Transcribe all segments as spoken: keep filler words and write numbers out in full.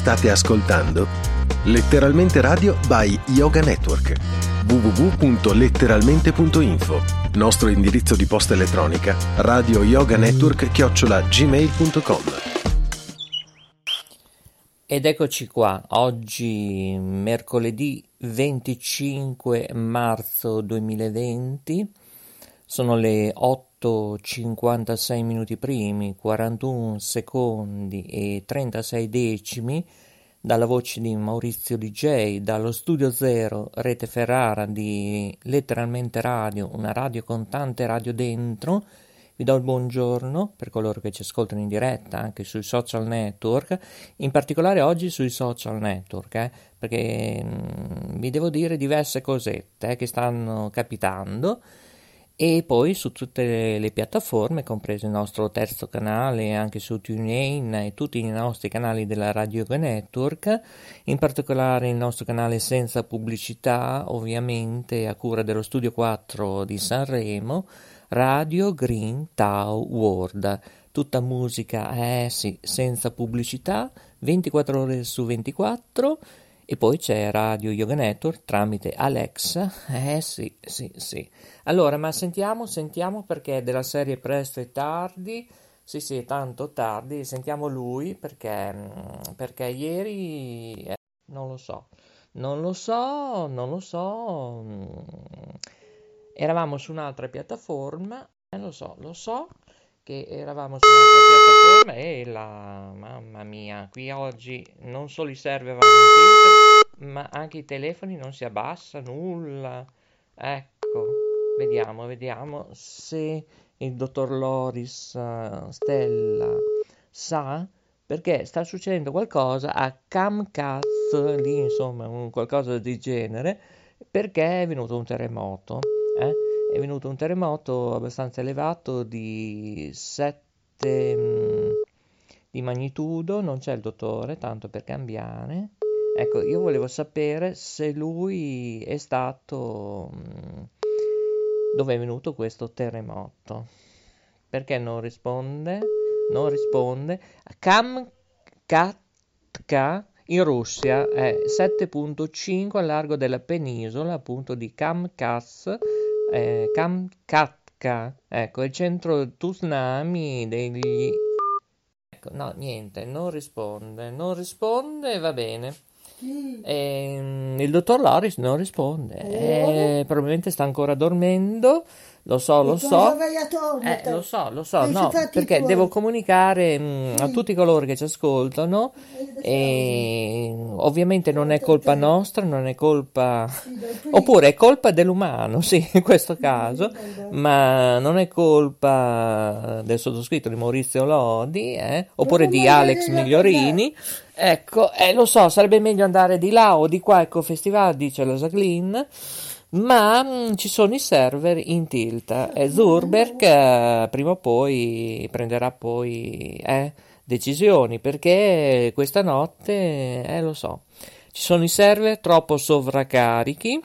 State ascoltando Letteralmente Radio by Yoga Network. w w w punto letteralmente punto info. Nostro indirizzo di posta elettronica radio yoga network chiocciola gmail punto com. Ed eccoci qua, oggi mercoledì venticinque marzo duemilaventi, sono le otto e cinquantasei minuti primi, quarantuno secondi e trentasei decimi, dalla voce di Maurizio D J, dallo Studio Zero, Rete Ferrara di Letteralmente Radio, una radio con tante radio dentro. Vi do il buongiorno per coloro che ci ascoltano in diretta anche sui social network, in particolare oggi sui social network, eh, perché mh, vi devo dire diverse cosette eh, che stanno capitando, e poi su tutte le, le piattaforme, compreso il nostro terzo canale, anche su TuneIn e tutti i nostri canali della Radio Yoga Network, in particolare il nostro canale senza pubblicità, ovviamente a cura dello Studio quattro di Sanremo, Radio Green Tao World, tutta musica, eh sì, senza pubblicità, ventiquattro ore su ventiquattro, e poi c'è Radio Yoga Network tramite Alexa, eh sì, sì, sì. Allora, ma sentiamo, sentiamo perché della serie presto e tardi, sì, sì, è tanto tardi, sentiamo lui perché, perché ieri, eh, non lo so, non lo so, non lo so, eravamo su un'altra piattaforma, eh, lo so, lo so che eravamo su un'altra piattaforma e la, mamma mia, qui oggi non solo i server vanno in tilt, ma anche i telefoni non si abbassa, nulla, ecco, vediamo, vediamo se il dottor Loris uh, Stella sa, perché sta succedendo qualcosa a Camcast, lì insomma, un qualcosa di genere, perché è venuto un terremoto, eh? È venuto un terremoto abbastanza elevato di sette mh, di magnitudo, non c'è il dottore, tanto per cambiare. Ecco, io volevo sapere se lui è stato mh, dove è venuto questo terremoto. Perché non risponde? Non risponde. Kamchatka in Russia è sette virgola cinque al largo della penisola, appunto di Kamchatka. Eh, Kamchatka, ecco, il centro tsunami degli... Ecco, no, niente, non risponde, non risponde, va bene. Eh, il dottor Loris non risponde, eh, probabilmente sta ancora dormendo, lo so, lo so, eh, lo so, lo so, no, perché devo comunicare mh, a tutti coloro che ci ascoltano, e ovviamente non è colpa nostra, non è colpa, oppure è colpa dell'umano, sì, in questo caso, ma non è colpa del sottoscritto di Maurizio Lodi, eh, oppure di Alex Migliorini. Ecco, eh, lo so, sarebbe meglio andare di là o di qua, ecco, festival, dice la Jacqueline, ma mh, ci sono i server in tilt, e Zurberg eh, prima o poi prenderà poi eh, decisioni, perché questa notte, eh, lo so, ci sono i server troppo sovraccarichi,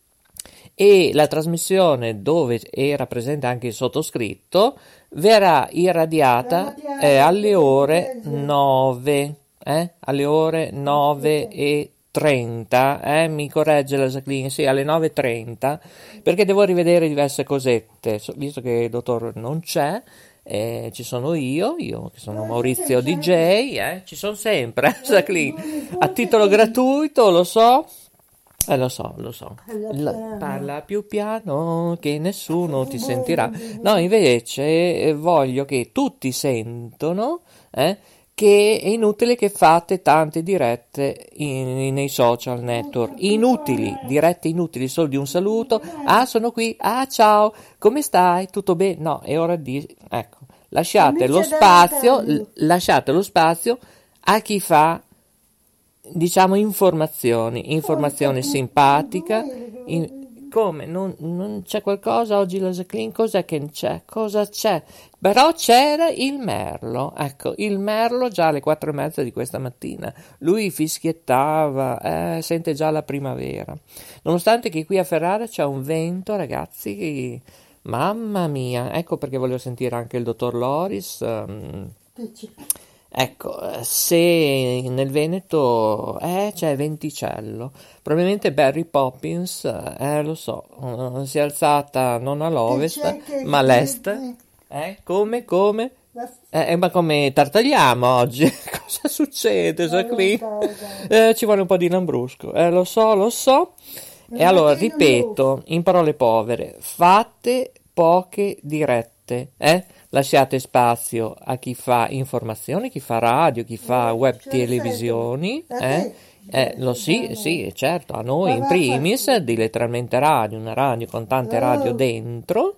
e la trasmissione dove era presente anche il sottoscritto verrà irradiata eh, alle ore nove. Eh? Alle ore nove e trenta, eh? Mi corregge la Jacqueline, sì, alle nove e trenta, perché devo rivedere diverse cosette, visto che il dottor non c'è, eh, ci sono io, io che sono Maurizio D J, eh? Ci sono sempre, eh, Jacqueline, a titolo gratuito, lo so. Eh, lo so, lo so. La, parla più piano che nessuno ti sentirà. No, invece eh, voglio che tutti sentono, eh, che è inutile che fate tante dirette in, nei social network, inutili, dirette inutili, solo di un saluto, ah sono qui, ah ciao, come stai, tutto bene, no, è ora di, ecco, lasciate lo spazio, l- lasciate lo spazio a chi fa, diciamo, informazioni, informazione simpatica, in, come, non, non c'è qualcosa oggi la Jacqueline, cos'è che c'è, cosa c'è? Però c'era il merlo, ecco, il merlo già alle quattro e mezza di questa mattina, lui fischiettava, eh, sente già la primavera, nonostante che qui a Ferrara c'è un vento, ragazzi, che, mamma mia, ecco perché volevo sentire anche il dottor Loris, um, Ecco, eh, se nel Veneto eh, c'è Venticello, probabilmente Barry Poppins, eh, lo so, eh, si è alzata non all'ovest, ma all'est. Eh, come, come? Eh, ma come tartagliamo oggi? Cosa succede, Jacqueline? Eh, ci vuole un po' di lambrusco. Eh, lo so, lo so. E allora, ripeto, in parole povere, fate poche dirette, eh? Lasciate spazio a chi fa informazione, chi fa radio, chi fa web televisioni, eh? Eh, lo sì, sì, certo, a noi in primis, di letteralmente radio, una radio con tante radio dentro.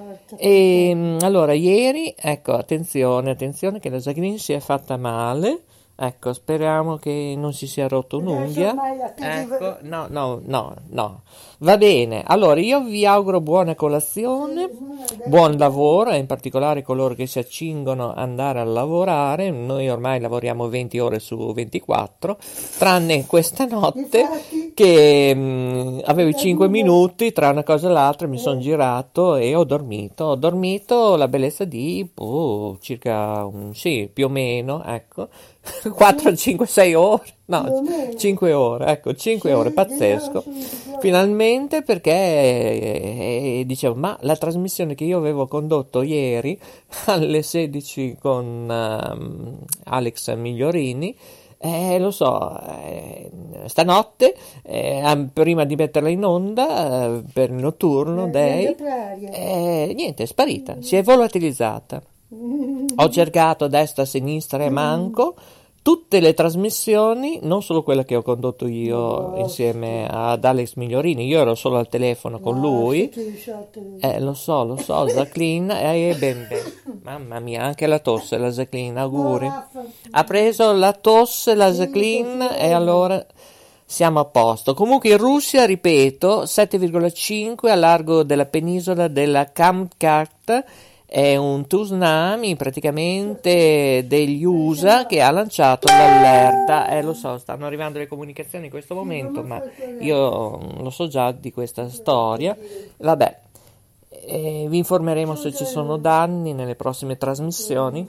E allora, ieri, ecco, attenzione, attenzione che la Jacqueline si è fatta male. Ecco, speriamo che non si sia rotto un'unghia. Ecco, no, no, no, no. Va bene. Allora, io vi auguro buona colazione, buon lavoro, e in particolare coloro che si accingono ad andare a lavorare. Noi ormai lavoriamo venti ore su ventiquattro, tranne questa notte che mh, avevo cinque minuti tra una cosa e l'altra, mi sono girato e ho dormito. Ho dormito la bellezza di oh, circa, um, sì, più o meno, ecco. quattro, cinque, sei ore, no, cinque ore, ecco, cinque ore, pazzesco. Finalmente, perché eh, dicevo, ma la trasmissione che io avevo condotto ieri alle sedici con um, Alex Migliorini, eh, lo so, eh, stanotte, eh, prima di metterla in onda, eh, per il notturno, day, eh, niente, è sparita, si è volatilizzata. Ho cercato a destra, a sinistra e manco tutte le trasmissioni, non solo quella che ho condotto io insieme ad Alex Migliorini. Io ero solo al telefono con lui, eh, lo so, lo so, Jacqueline, e eh, ben, ben. Mamma mia, anche la tosse, la Jacqueline, auguri. Ha preso la tosse, la Jacqueline, e allora siamo a posto. Comunque in Russia, ripeto, sette virgola cinque a largo della penisola della Kamchatka. È un tsunami praticamente degli U S A che ha lanciato l'allerta. Eh, lo so, stanno arrivando le comunicazioni in questo momento, ma io lo so già di questa storia. Vabbè, eh, vi informeremo se ci sono danni nelle prossime trasmissioni.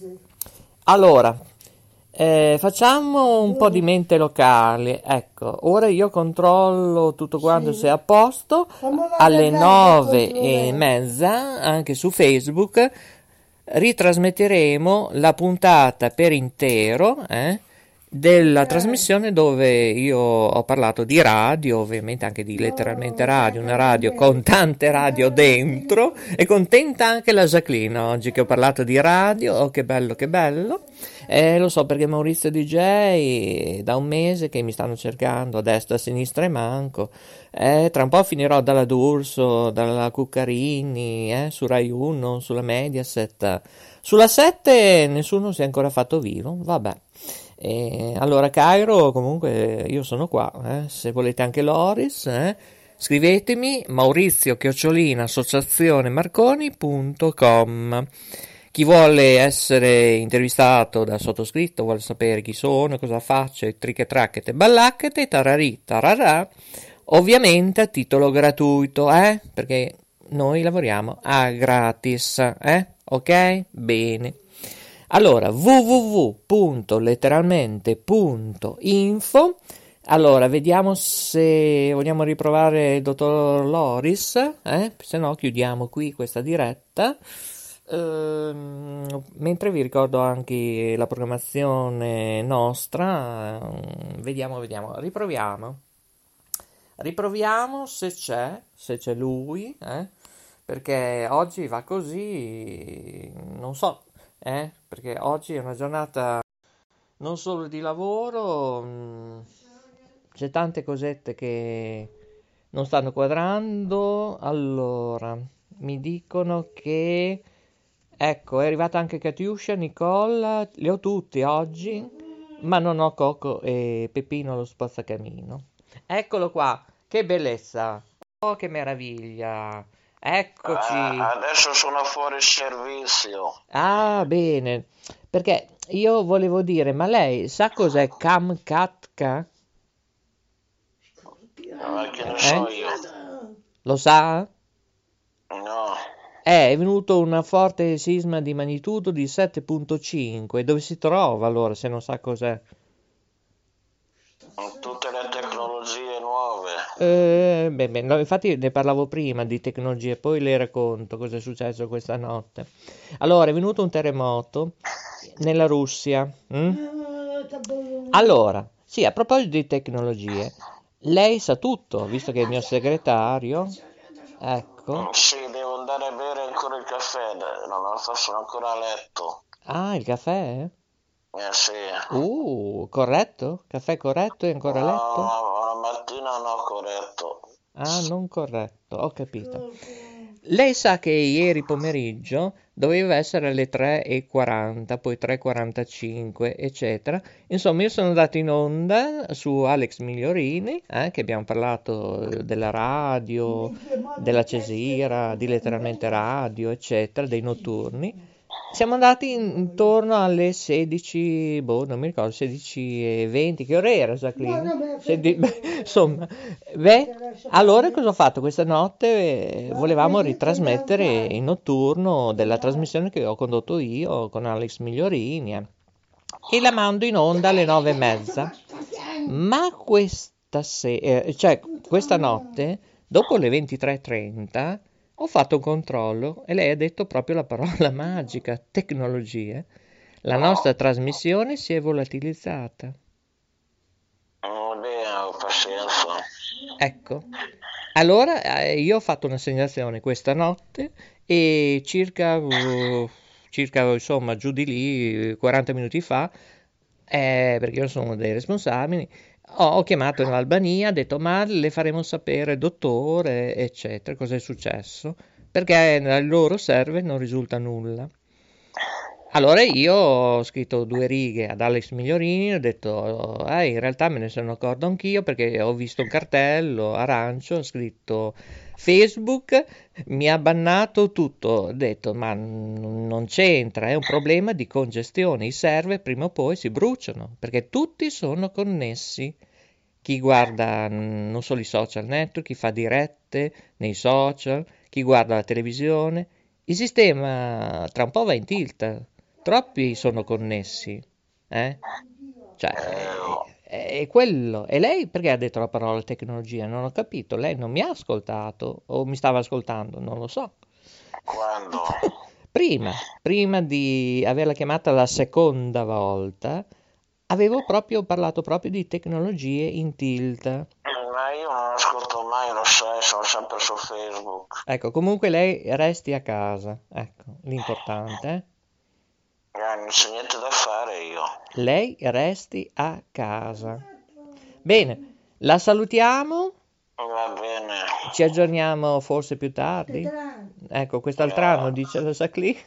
Allora, eh, facciamo un po' di mente locale. Ecco, ora io controllo tutto quanto se è a posto. Alle nove e mezza anche su Facebook ritrasmetteremo la puntata per intero eh, della trasmissione dove io ho parlato di radio, ovviamente anche di letteralmente radio, una radio con tante radio dentro, e contenta anche la Jacqueline oggi che ho parlato di radio. Oh, che bello, che bello. Eh, lo so, perché Maurizio D J da un mese che mi stanno cercando a destra, a sinistra e manco. Eh, tra un po' finirò dalla D'Urso, dalla Cuccarini, eh, su Rai uno, sulla Mediaset. Sulla sette nessuno si è ancora fatto vivo, vabbè. Eh, allora Cairo, comunque io sono qua, eh, se volete anche Loris, eh, scrivetemi Maurizio chiocciolina associazione marconi punto com. Chi vuole essere intervistato da sottoscritto, vuole sapere chi sono, cosa faccio, e tricche tracchete, ballacchete, tararì, tararà, ovviamente a titolo gratuito, eh? Perché noi lavoriamo a gratis, eh? Ok? Bene. Allora, w w w punto letteralmente punto info. Allora, vediamo se vogliamo riprovare il dottor Loris, eh? Se no chiudiamo qui questa diretta. Uh, mentre vi ricordo anche la programmazione nostra, uh, vediamo, vediamo, riproviamo, riproviamo se c'è, se c'è lui, eh? Perché oggi va così, non so, eh? Perché oggi è una giornata non solo di lavoro, mh, c'è tante cosette che non stanno quadrando. Allora, mi dicono che ecco, è arrivata anche Katiuscia, Nicola, li ho tutti oggi, ma non ho Coco e Peppino lo spazzacamino. Eccolo qua, che bellezza, oh che meraviglia, eccoci. Ah, adesso sono fuori servizio. Ah, bene, perché io volevo dire, ma lei sa cos'è Kamchatka? Ma che ne so Eh? io? Lo sa? No. è venuto un forte sisma di magnitudo di sette virgola cinque. Dove si trova allora, se non sa cos'è? Tutte le tecnologie nuove. Eh, beh, beh, no, infatti ne parlavo prima di tecnologie, poi le racconto cosa è successo questa notte. Allora, è venuto un terremoto nella Russia. hm? Allora, sì, a proposito di tecnologie, lei sa tutto, visto che è il mio segretario. Ecco. Sì, devo andare a bere ancora il caffè, non lo so, sono ancora a letto. Ah, il caffè? Eh sì. Uh, corretto? Caffè corretto e ancora a No, letto? no, la mattina no, corretto. Ah, non corretto, ho capito. Lei sa che ieri pomeriggio doveva essere alle tre e quaranta, poi tre e quarantacinque, eccetera. Insomma, io sono andato in onda su Alex Migliorini, eh, che abbiamo parlato della radio, della Cesira, di Letteralmente Radio, eccetera, dei notturni. Siamo andati in- intorno alle sedici, boh, non mi ricordo, sedici e venti, che ora era, Jacqueline? Sedi- beh, insomma, beh, allora cosa ho fatto questa notte? Eh, Volevamo ritrasmettere in notturno della trasmissione che ho condotto io con Alex Migliorini, eh, e la mando in onda alle nove e mezza. Ma questa sera, cioè questa notte, dopo le ventitré e trenta, ho fatto un controllo e lei ha detto proprio la parola magica, tecnologie. La nostra trasmissione si è volatilizzata. Mm, bene, pazienza. Ecco. Allora eh, io ho fatto una segnalazione questa notte e circa, uh, circa insomma giù di lì, quaranta minuti fa, eh, perché io sono uno dei responsabili, ho, ho chiamato in Albania, ho detto ma le faremo sapere, dottore, eccetera, cosa è successo, perché nel loro server non risulta nulla. Allora io ho scritto due righe ad Alex Migliorini, ho detto, eh, in realtà me ne sono accorto anch'io perché ho visto un cartello arancio, ho scritto Facebook, mi ha bannato tutto, ho detto, ma n- non c'entra, è un problema di congestione, i server prima o poi si bruciano, perché tutti sono connessi. Chi guarda mm, non solo i social network, chi fa dirette nei social, chi guarda la televisione, il sistema tra un po' va in tilt. Troppi sono connessi, eh? Cioè, Eh, è, è quello. E lei perché ha detto la parola tecnologia? Non ho capito. Lei non mi ha ascoltato o mi stava ascoltando? Non lo so. quando? Prima, prima di averla chiamata la seconda volta, avevo proprio parlato proprio di tecnologie in tilt. Ma io non ascolto mai, lo sai, sono sempre su Facebook. Ecco, comunque lei resti a casa. Ecco, l'importante, eh? Eh, non c'è niente da fare io. Lei resti a casa. Bene, la salutiamo, Va bene. ci aggiorniamo forse più tardi. Ecco, quest'altr'anno dice la Sacli.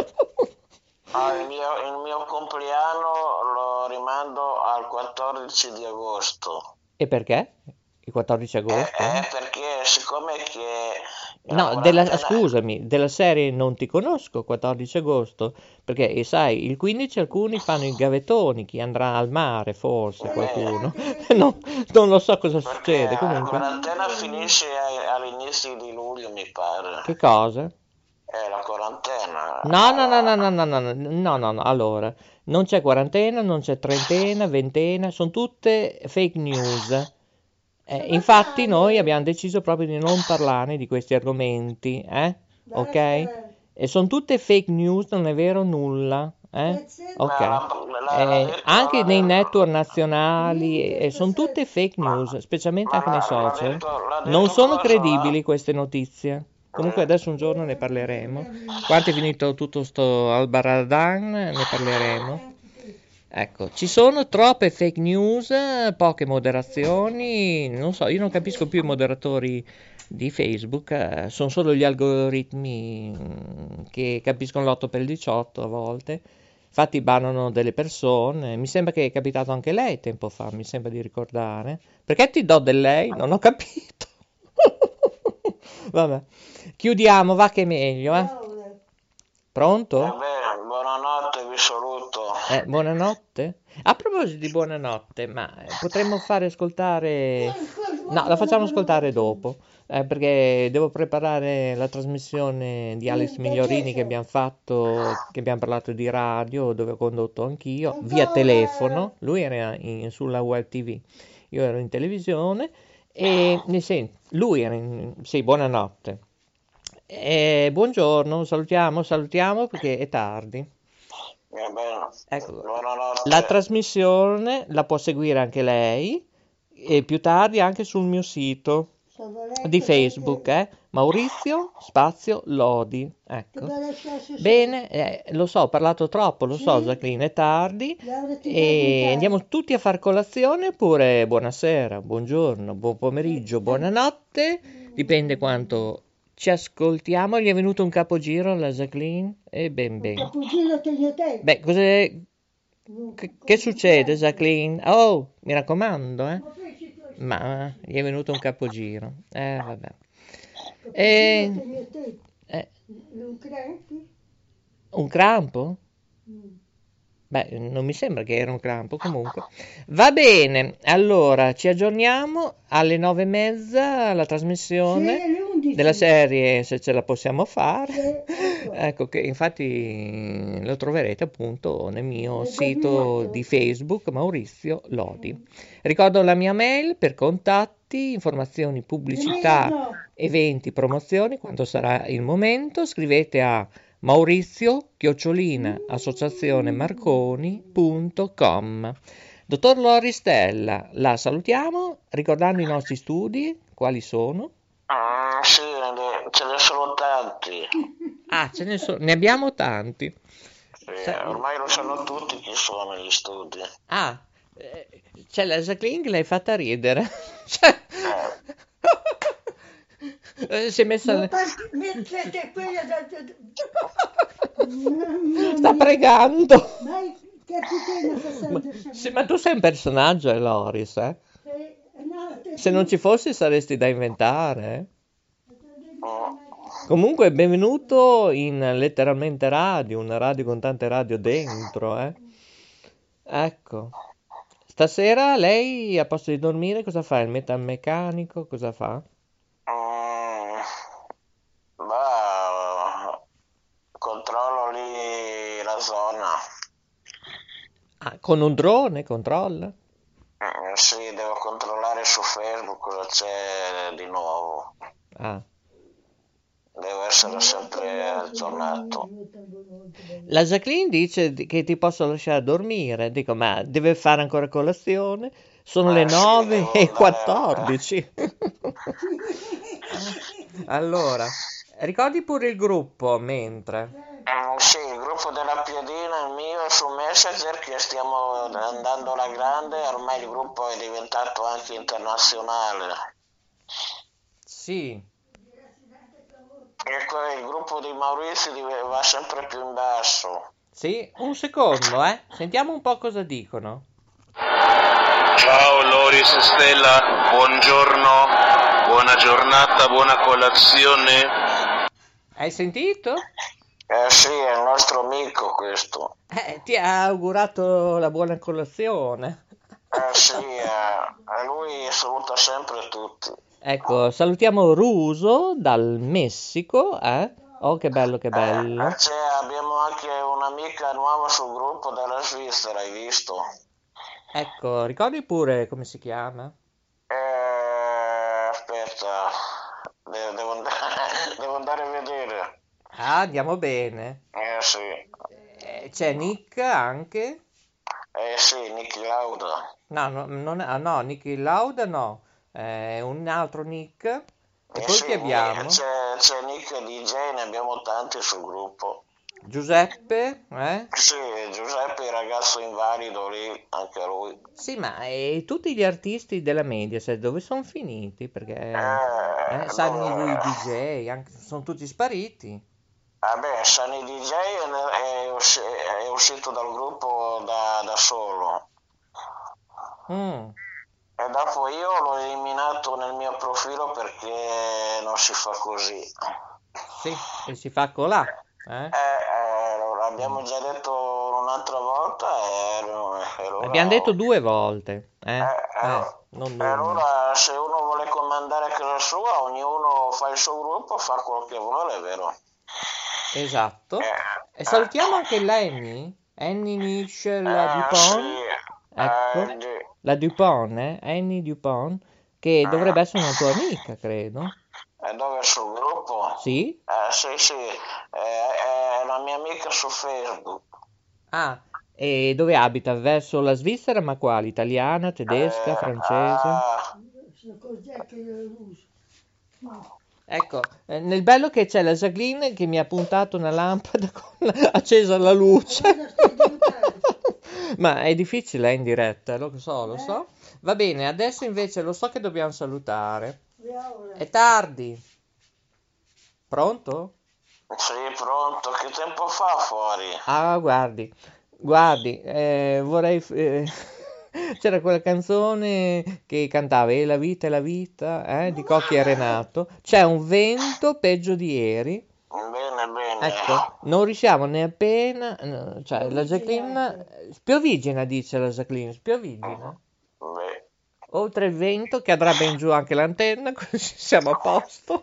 Ah, il mio, il mio compleanno lo rimando al quattordici di agosto. E perché? Il quattordici Eh, agosto? eh, perché siccome che la No, della, quarantena... scusami, della serie non ti conosco, quattordici agosto, perché eh, sai, il quindici alcuni fanno i gavettoni, chi andrà al mare forse, qualcuno. No, non lo so cosa Perché succede, la comunque. quarantena finisce ai- all'inizio di luglio, mi pare. Che cosa? Eh, la quarantena. No, no, no, no, no, no, no, no, no, no, no, allora, non c'è quarantena, non c'è trentena, ventena, sono tutte fake news. Eh, infatti noi abbiamo deciso proprio di non parlare di questi argomenti, eh? Ok? E sono tutte fake news, non è vero nulla, eh? Ok. Ma la- la- l'ha Eh, detto- anche l'ha nei detto- network nazionali sono tutte fake news, specialmente ma anche nei l'ha- l'ha social. detto- l'ha Non detto sono cosa, credibili eh? queste notizie. Comunque adesso un giorno ne parleremo. Quando è finito tutto sto Albaradan, ne parleremo. Ecco, ci sono troppe fake news, poche moderazioni, non so, io non capisco più i moderatori di Facebook, eh, sono solo gli algoritmi mm, che capiscono l'otto per il diciotto a volte, infatti bannano delle persone, mi sembra che è capitato anche lei tempo fa, mi sembra di ricordare, perché ti do del lei? Non ho capito. Vabbè, chiudiamo, va che è meglio, eh? Pronto? Vabbè, buonanotte, vi saluto. Eh, buonanotte. A proposito di buonanotte, ma eh, potremmo fare ascoltare No, la facciamo ascoltare dopo, eh, perché devo preparare la trasmissione di Alex Migliorini che abbiamo fatto, che abbiamo parlato di radio, dove ho condotto anch'io, via telefono. Lui era in- sulla web T V, io ero in televisione, e ne sen- lui era in... Sì, buonanotte. E buongiorno, salutiamo, salutiamo perché è tardi. Va bene. Ecco, Buonanotte. la trasmissione la può seguire anche lei e più tardi anche sul mio sito di Facebook, eh? Maurizio Spazio Lodi. Ecco. Bene, eh, lo so, ho parlato troppo, lo so, Jacqueline, è tardi e andiamo tutti a far colazione oppure buonasera, buongiorno, buon pomeriggio, buonanotte, dipende quanto ci ascoltiamo. Gli è venuto un capogiro alla Jacqueline? E ben ben. Capogiro te te. Beh, cos'è? Che, che succede, Jacqueline? Oh, mi raccomando, eh? Ma gli è venuto un capogiro. Eh, vabbè. E, eh, un crampo? Beh, non mi sembra che era un crampo, comunque. Va bene, allora ci aggiorniamo alle nove e mezza la trasmissione della serie Se ce la possiamo fare. Ecco che infatti lo troverete appunto nel mio sito di Facebook Maurizio Lodi. Ricordo la mia mail per contatti, informazioni, pubblicità, eventi, promozioni, quando sarà il momento. Scrivete a Maurizio chiocciolina associazione marconi punto com. Dottor Loristella, la salutiamo ricordando i nostri studi, quali sono? Ah, sì, ne- ce ne sono tanti. Ah, ce ne sono, ne abbiamo tanti. Eh, Sa- ormai lo sanno tutti chi sono gli studi. Ah, eh, c'è la Jacqueline che l'hai fatta ridere. Cioè, Eh, eh, si è messa... Ma le- parti- mettete quella da... Sta pregando. Dai, capitano Ma, Cassandra. sì, ma tu sei un personaggio, eh, Loris, eh? No, te- Se non ci fossi saresti da inventare, eh? mm, Comunque, benvenuto in Letteralmente Radio, una radio con tante radio dentro, eh? Ecco. Stasera lei, a posto di dormire, cosa fa? Il metalmeccanico? Cosa fa? mm, bah, controllo lì la zona. Ah, con un drone controlla? Mm, sì, devo controllare su Facebook cosa c'è di nuovo. Ah. Devo essere sempre aggiornato. La Jacqueline dice di- che ti posso lasciare dormire. Dico, ma deve fare ancora colazione? Sono le Eh sì, nove devo e andare. quattordici. Allora, ricordi pure il gruppo mentre. Mm, sì, il gruppo della Piadina, il mio, su Messenger, che stiamo andando alla grande, ormai il gruppo è diventato anche internazionale. Sì, E que- il gruppo di Maurizio div- va sempre più in basso. sì, un secondo, eh. Sentiamo un po' cosa dicono. Ciao Loris e Stella, buongiorno, buona giornata, buona colazione. Hai sentito? Eh sì, è il nostro amico questo. Eh, ti ha augurato la buona colazione. Eh sì, eh, e lui saluta sempre tutti. Ecco, salutiamo Ruso dal Messico, eh? Oh, che bello, che bello. Eh, c'è- abbiamo anche un'amica nuova sul gruppo dalla Svizzera, hai visto? Ecco, ricordi pure come si chiama? Eh, aspetta, de- devo, andare, devo andare a vedere. Ah, andiamo bene. Eh sì, Eh, c'è Nick anche? eh sì, Niki Lauda. No, no, non è- ah, no, Nicky Lauda no. Eh, un altro Nick. E Eh poi sì, chi abbiamo? c'è, c'è Nick D J, ne abbiamo tanti sul gruppo. Giuseppe, eh? Sì, Giuseppe, il ragazzo invalido lì, anche lui. Sì, ma e tutti gli artisti della Mediaset dove sono finiti? Perché Eh, eh, Sunny dove- D J, anche, sono tutti spariti. Vabbè, Sunny D J è, è usci- è uscito dal gruppo da, da solo. Mm. E dopo io l'ho eliminato nel mio profilo perché non si fa così. Sì, e si fa colà. Eh? Eh, eh, lo- l'abbiamo già detto un'altra volta e, e allora- Abbiamo detto due volte. Eh? eh, Eh, eh, non e una. allora se uno vuole vuole comandare a casa sua, ognuno fa il suo gruppo, fa quel che vuole, vero? Esatto. Eh, E salutiamo anche Lenny, Annie Michel la eh, Dupont, sì, ecco, eh, di- la Dupont, eh? Annie Dupont, che dovrebbe essere una tua amica, credo. e dove sul gruppo? Sì? Eh, sì, sì, eh, è la mia amica su Facebook. Ah, e dove abita? Verso la Svizzera, ma quale? Italiana, tedesca, Eh, francese? ah, Cos'è che io uso? Ecco, eh, nel bello che c'è la Jacqueline che mi ha puntato una lampada con accesa la luce. Cosa stai diventando? Ma è difficile, eh, in diretta, lo so, lo so. Va bene, adesso invece lo so che dobbiamo salutare. E ora? È tardi. Pronto? sì, pronto, che tempo fa fuori? Ah, guardi, guardi, eh, vorrei... eh, c'era quella canzone che cantava E la vita è la vita, eh, di Cocchi e Renato. C'è un vento peggio di ieri. Bene, bene. Ecco, non riusciamo ne appena... no, cioè, la Jacqueline... Spiovigina, dice la Jacqueline, spiovigina. Beh, Oltre il vento che andrà ben giù anche l'antenna, così siamo a posto.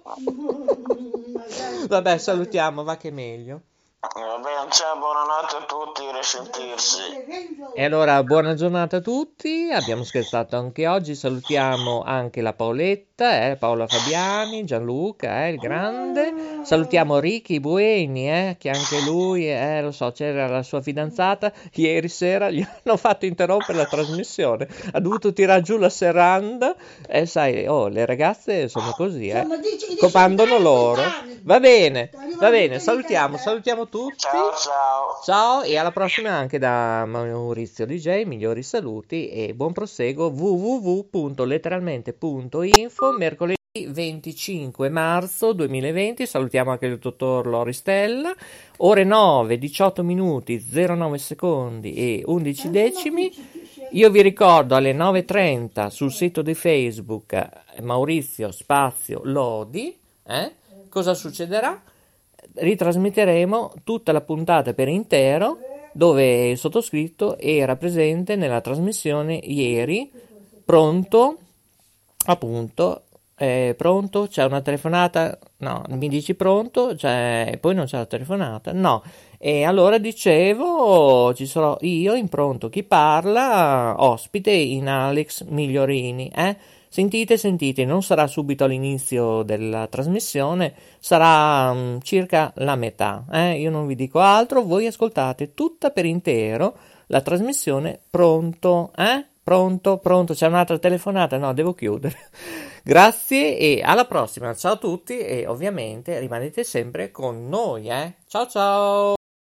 Vabbè, salutiamo, va che è meglio. va bene, ciao, buonanotte a tutti, risentirsi. E allora, buona giornata a tutti, abbiamo scherzato anche oggi, salutiamo anche la Paoletta, eh, Paola Fabiani, Gianluca, eh, il grande, salutiamo Ricky Bueni, eh, che anche lui, eh, lo so, c'era la sua fidanzata, ieri sera gli hanno fatto interrompere la trasmissione, ha dovuto tirare giù la serranda, e eh, sai, oh, le ragazze sono così, eh, Insomma, dici che comandano sono loro, italiani. va bene, Arrivano va bene, tutti salutiamo, in Italia. salutiamo tutti. Ciao, ciao. Ciao e alla prossima anche da Maurizio D J, migliori saluti e buon proseguo w w w punto letteralmente punto info, mercoledì venticinque marzo duemilaventi, salutiamo anche il dottor Loristella, ore nove, diciotto minuti, zero nove secondi e undici decimi. Io vi ricordo alle nove e trenta sul sito di Facebook eh, Maurizio Spazio Lodi, eh? Cosa succederà? Ritrasmetteremo tutta la puntata per intero dove il sottoscritto era presente nella trasmissione ieri, pronto, appunto, eh, pronto, c'è una telefonata, no, mi dici pronto, cioè, poi non c'è la telefonata, no, e allora dicevo, ci sarò io in pronto chi parla, ospite in Alex Migliorini, eh? Sentite, sentite, non sarà subito all'inizio della trasmissione, sarà um, circa la metà, eh? Io non vi dico altro, voi ascoltate tutta per intero la trasmissione pronto, eh? Pronto, pronto, c'è un'altra telefonata? No, devo chiudere. Grazie e alla prossima, ciao a tutti e ovviamente rimanete sempre con noi, eh? Ciao ciao!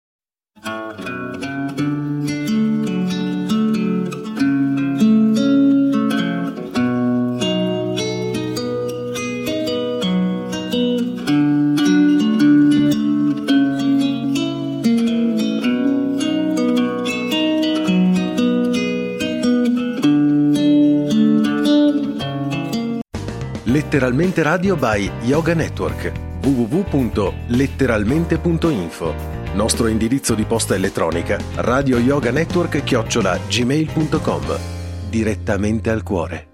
Letteralmente Radio by Yoga Network. w w w punto letteralmente punto info. Nostro indirizzo di posta elettronica radio yoga network chiocciola gmail punto com. Direttamente al cuore.